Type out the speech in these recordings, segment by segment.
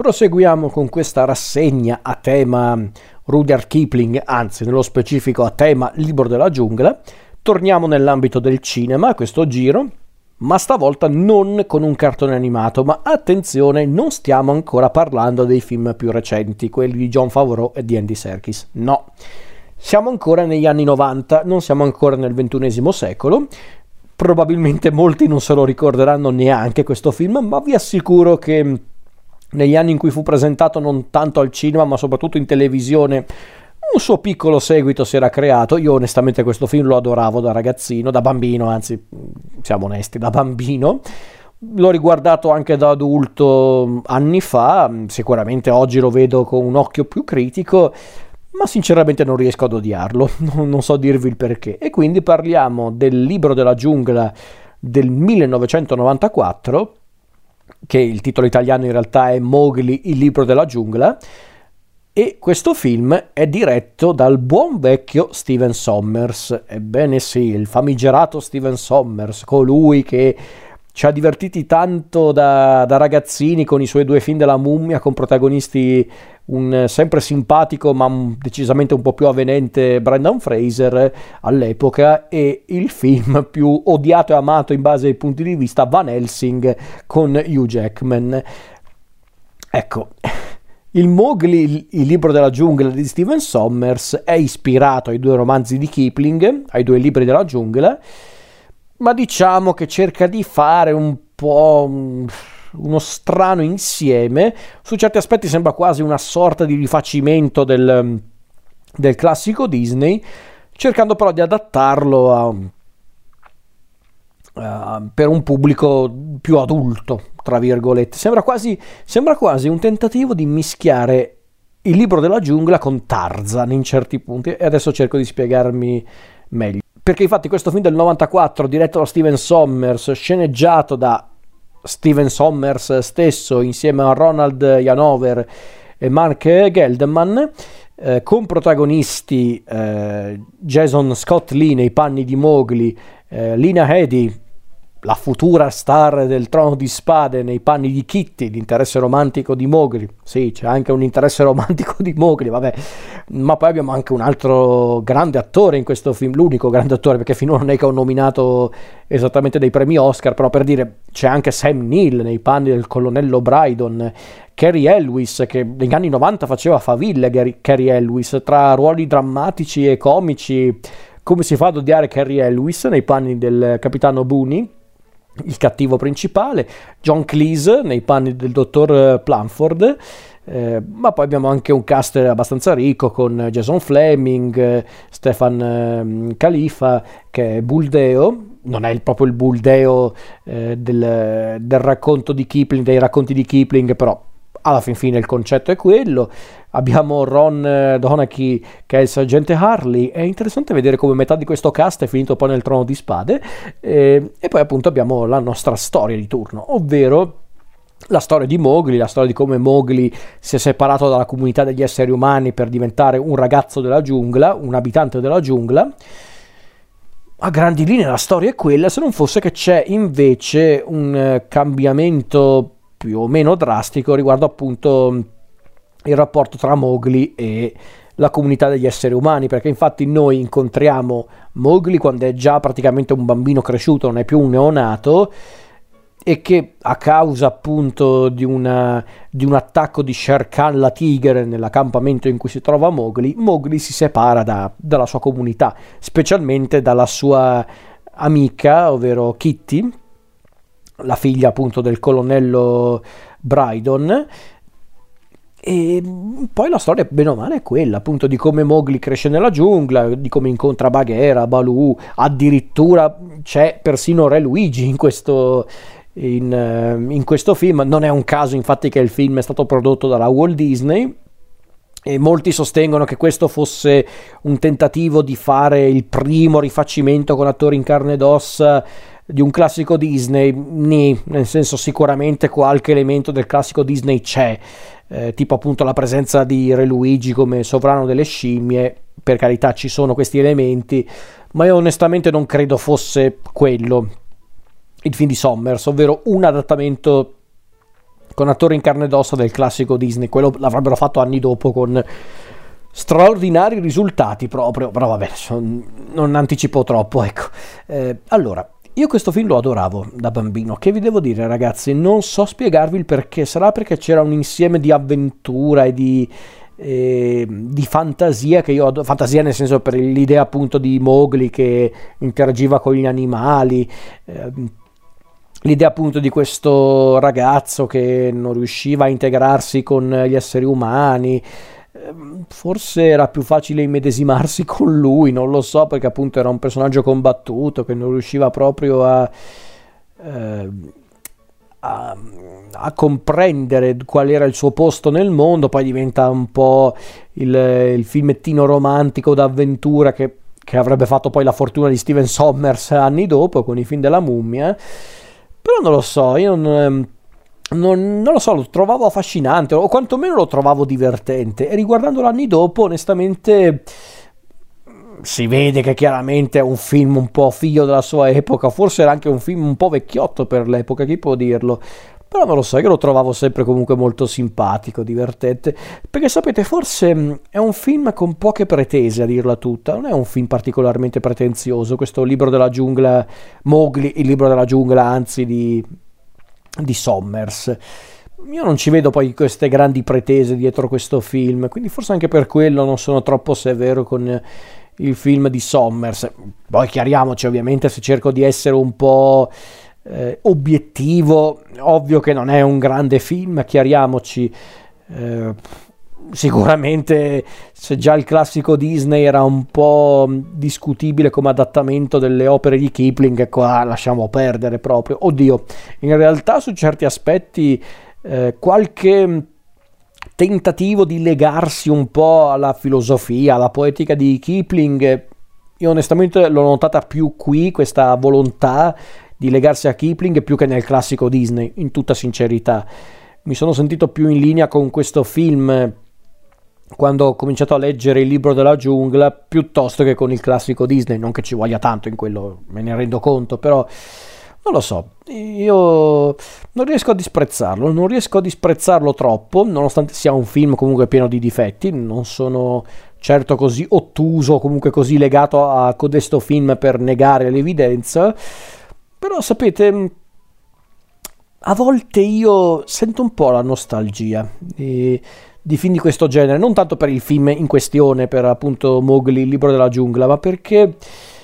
Proseguiamo con questa rassegna a tema Rudyard Kipling, anzi nello specifico a tema Libro della giungla. Torniamo nell'ambito del cinema a questo giro, ma stavolta non con un cartone animato, ma attenzione, non stiamo ancora parlando dei film più recenti, quelli di Jon Favreau e di Andy Serkis, no. Siamo ancora negli anni 90, non siamo ancora nel XXI secolo. Probabilmente molti non se lo ricorderanno neanche questo film, ma vi assicuro che negli anni in cui fu presentato non tanto al cinema ma soprattutto in televisione un suo piccolo seguito si era creato. Io onestamente questo film lo adoravo da ragazzino, da bambino, anzi siamo onesti, da bambino. L'ho riguardato anche da adulto anni fa, sicuramente oggi lo vedo con un occhio più critico, ma sinceramente non riesco ad odiarlo, non so dirvi il perché. E quindi parliamo del Libro della giungla del 1994, che il titolo italiano in realtà è Mowgli, il libro della giungla, e questo film è diretto dal buon vecchio Stephen Sommers. Ebbene sì, il famigerato Stephen Sommers, colui che ci ha divertiti tanto da ragazzini con i suoi 2 film della mummia, con protagonisti un sempre simpatico ma decisamente un po' più avvenente Brendan Fraser all'epoca, e il film più odiato e amato in base ai punti di vista, Van Helsing con Hugh Jackman. Ecco, il Mowgli, il libro della giungla di Stephen Sommers, è ispirato ai 2 romanzi di Kipling, ai 2 libri della giungla, ma diciamo che cerca di fare un po' uno strano insieme. Su certi aspetti sembra quasi una sorta di rifacimento del classico Disney, cercando però di adattarlo per un pubblico più adulto, tra virgolette. Sembra quasi un tentativo di mischiare il libro della giungla con Tarzan in certi punti, e adesso cerco di spiegarmi meglio. Perché infatti questo film del 94, diretto da Stephen Sommers, sceneggiato da Stephen Sommers stesso insieme a Ronald Janover e Mark Gelderman, con protagonisti Jason Scott Lee nei panni di Mowgli, Lena Headey, la futura star del Trono di Spade, nei panni di Kitty, l'interesse romantico di Mowgli. Sì, c'è anche un interesse romantico di Mowgli, vabbè. Ma poi abbiamo anche un altro grande attore in questo film, l'unico grande attore, perché finora non è che ho nominato esattamente dei premi Oscar, però per dire, c'è anche Sam Neill nei panni del colonnello Brydon, Cary Elwes, che negli anni 90 faceva faville. Cary Elwes, tra ruoli drammatici e comici, come si fa ad odiare Cary Elwes nei panni del capitano Booney, il cattivo principale, John Cleese nei panni del dottor Plumford, ma poi abbiamo anche un cast abbastanza ricco con Jason Fleming, Stefan Khalifa, che è Buldeo. Non è proprio il Buldeo del racconto di Kipling, dei racconti di Kipling, però alla fin fine il concetto è quello. Abbiamo Ron Donachie, che è il sergente Harley. È interessante vedere come metà di questo cast è finito poi nel Trono di Spade, e poi appunto abbiamo la nostra storia di turno, ovvero la storia di Mowgli, la storia di come Mowgli si è separato dalla comunità degli esseri umani per diventare un ragazzo della giungla, un abitante della giungla. A grandi linee la storia è quella, se non fosse che c'è invece un cambiamento più o meno drastico riguardo appunto il rapporto tra Mowgli e la comunità degli esseri umani, perché infatti noi incontriamo Mowgli quando è già praticamente un bambino cresciuto, non è più un neonato, e che a causa appunto di un attacco di Shere Khan la tigre nell'accampamento in cui si trova Mowgli si separa dalla sua comunità, specialmente dalla sua amica, ovvero Kitty, la figlia appunto del colonnello Brydon. E poi la storia bene o male è quella appunto di come Mowgli cresce nella giungla, di come incontra Bagheera, Baloo, addirittura c'è persino Re Luigi in questo film. Non è un caso infatti che il film è stato prodotto dalla Walt Disney, e molti sostengono che questo fosse un tentativo di fare il primo rifacimento con attori in carne ed ossa di un classico Disney. Nel senso, sicuramente qualche elemento del classico Disney c'è, tipo appunto la presenza di Re Luigi come sovrano delle scimmie. Per carità, ci sono questi elementi, ma io onestamente non credo fosse quello il film di Sommers, ovvero un adattamento con attori in carne ed ossa del classico Disney. Quello l'avrebbero fatto anni dopo con straordinari risultati proprio, però vabbè, non anticipo troppo, ecco. Allora, io questo film lo adoravo da bambino. Che vi devo dire, ragazzi? Non so spiegarvi il perché. Sarà perché c'era un insieme di avventura e di fantasia che io fantasia nel senso per l'idea appunto di Mowgli che interagiva con gli animali, l'idea appunto di questo ragazzo che non riusciva a integrarsi con gli esseri umani. Forse era più facile immedesimarsi con lui, non lo so, perché appunto era un personaggio combattuto che non riusciva proprio a comprendere qual era il suo posto nel mondo. Poi diventa un po' il filmettino romantico d'avventura che avrebbe fatto poi la fortuna di Steven Sommers anni dopo con i film della mummia. Però non lo so, io non lo so, lo trovavo affascinante o quantomeno lo trovavo divertente, e riguardandolo anni dopo onestamente si vede che chiaramente è un film un po' figlio della sua epoca, forse era anche un film un po' vecchiotto per l'epoca, chi può dirlo. Però non lo so, io lo trovavo sempre comunque molto simpatico, divertente, perché sapete, forse è un film con poche pretese, a dirla tutta, non è un film particolarmente pretenzioso, questo Libro della giungla, Mowgli, il Libro della giungla, anzi di Sommers. Io non ci vedo poi queste grandi pretese dietro questo film, quindi forse anche per quello non sono troppo severo con il film di Sommers. Poi chiariamoci, ovviamente, se cerco di essere un po' obiettivo, ovvio che non è un grande film, chiariamoci. Sicuramente se già il classico Disney era un po' discutibile come adattamento delle opere di Kipling, qua lasciamo perdere proprio. Oddio, in realtà su certi aspetti qualche tentativo di legarsi un po' alla filosofia, alla poetica di Kipling, io onestamente l'ho notata più qui, questa volontà di legarsi a Kipling, più che nel classico Disney, in tutta sincerità. Mi sono sentito più in linea con questo film quando ho cominciato a leggere il Libro della giungla piuttosto che con il classico Disney. Non che ci voglia tanto in quello, me ne rendo conto, però non lo so, io non riesco a disprezzarlo troppo, nonostante sia un film comunque pieno di difetti. Non sono certo così ottuso, comunque così legato a codesto film per negare l'evidenza. Però sapete, a volte io sento un po' la nostalgia di film di questo genere, non tanto per il film in questione, per appunto Mowgli, il Libro della giungla, ma perché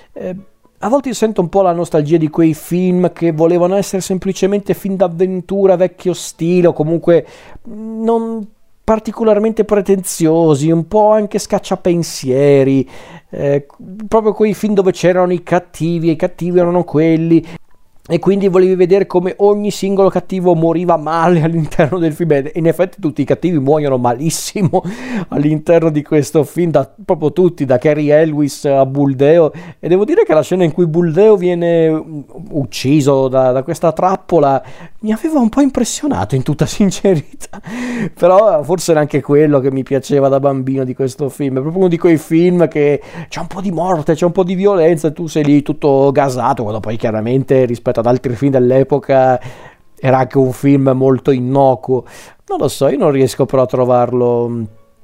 a volte io sento un po' la nostalgia di quei film che volevano essere semplicemente film d'avventura vecchio stile, o comunque non particolarmente pretenziosi, un po' anche scacciapensieri, proprio quei film dove c'erano i cattivi e i cattivi erano quelli, e quindi volevi vedere come ogni singolo cattivo moriva male all'interno del film. E in effetti tutti i cattivi muoiono malissimo all'interno di questo film, proprio tutti, da Cary Elwes a Buldeo. E devo dire che la scena in cui Buldeo viene ucciso da questa trappola mi aveva un po' impressionato, in tutta sincerità. Però forse era anche quello che mi piaceva da bambino di questo film. È proprio uno di quei film che c'è un po' di morte, c'è un po' di violenza e tu sei lì tutto gasato, quando poi chiaramente rispetto ad altri film dell'epoca era anche un film molto innocuo. Non lo so, io non riesco però a trovarlo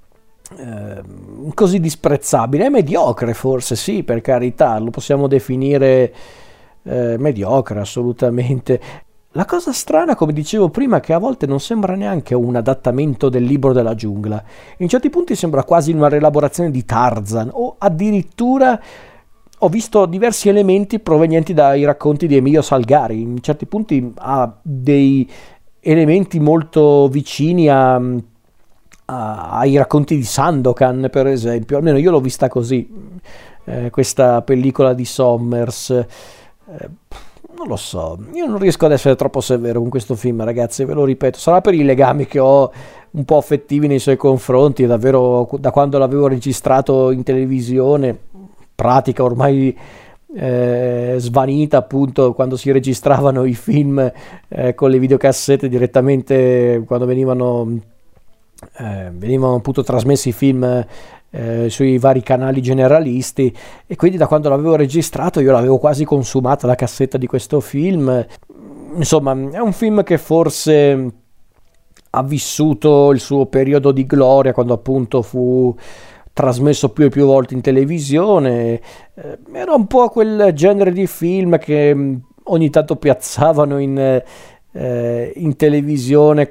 così disprezzabile. È mediocre, forse, sì, per carità, lo possiamo definire mediocre assolutamente. La cosa strana, come dicevo prima, è che a volte non sembra neanche un adattamento del Libro della giungla. In certi punti sembra quasi una rielaborazione di Tarzan, o addirittura ho visto diversi elementi provenienti dai racconti di Emilio Salgari. In certi punti ha dei elementi molto vicini ai racconti di Sandokan, per esempio. Almeno io l'ho vista così, questa pellicola di Sommers. Non lo so, io non riesco ad essere troppo severo con questo film, ragazzi, ve lo ripeto. Sarà per i legami che ho un po' affettivi nei suoi confronti, davvero, da quando l'avevo registrato in televisione, pratica ormai svanita, appunto, quando si registravano i film con le videocassette direttamente, quando venivano appunto trasmessi i film sui vari canali generalisti, e quindi da quando l'avevo registrato io l'avevo quasi consumata la cassetta di questo film. Insomma, è un film che forse ha vissuto il suo periodo di gloria quando appunto fu trasmesso più e più volte in televisione. Era un po' quel genere di film che ogni tanto piazzavano in televisione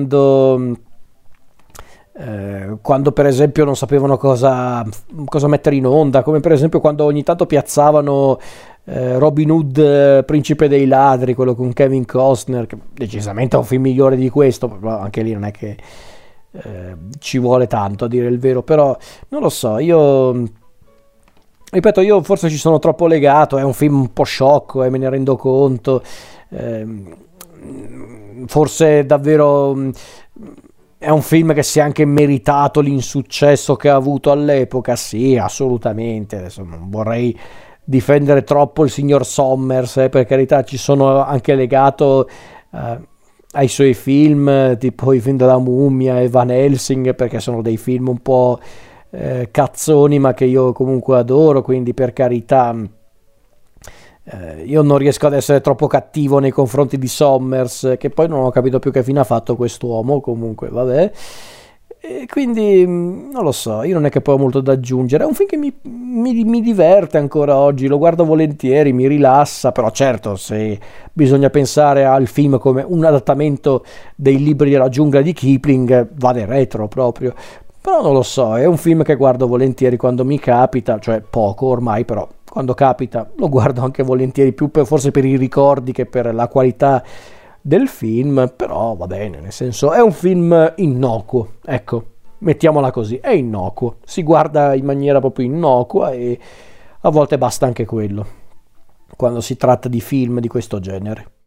quando per esempio non sapevano cosa mettere in onda, come per esempio quando ogni tanto piazzavano Robin Hood, Principe dei ladri, quello con Kevin Costner, che decisamente è un film migliore di questo, però anche lì non è che ci vuole tanto a dire il vero, però non lo so, io ripeto, io forse ci sono troppo legato, è un film un po' sciocco, me ne rendo conto, forse davvero è un film che si è anche meritato l'insuccesso che ha avuto all'epoca, sì, assolutamente, adesso non vorrei difendere troppo il signor Sommers, per carità, ci sono anche legato ai suoi film, tipo i film della Mummia e Van Helsing, perché sono dei film un po' cazzoni, ma che io comunque adoro, quindi per carità io non riesco ad essere troppo cattivo nei confronti di Sommers, che poi non ho capito più che fine ha fatto quest'uomo, comunque vabbè. E quindi non lo so, io non è che poi ho molto da aggiungere, è un film che mi diverte ancora oggi, lo guardo volentieri, mi rilassa, però certo se bisogna pensare al film come un adattamento dei libri della giungla di Kipling, vade retro proprio. Però non lo so, è un film che guardo volentieri quando mi capita, cioè poco ormai, però quando capita lo guardo anche volentieri, più forse per i ricordi che per la qualità del film, però va bene, nel senso è un film innocuo, ecco, mettiamola così, è innocuo, si guarda in maniera proprio innocua e a volte basta anche quello, quando si tratta di film di questo genere.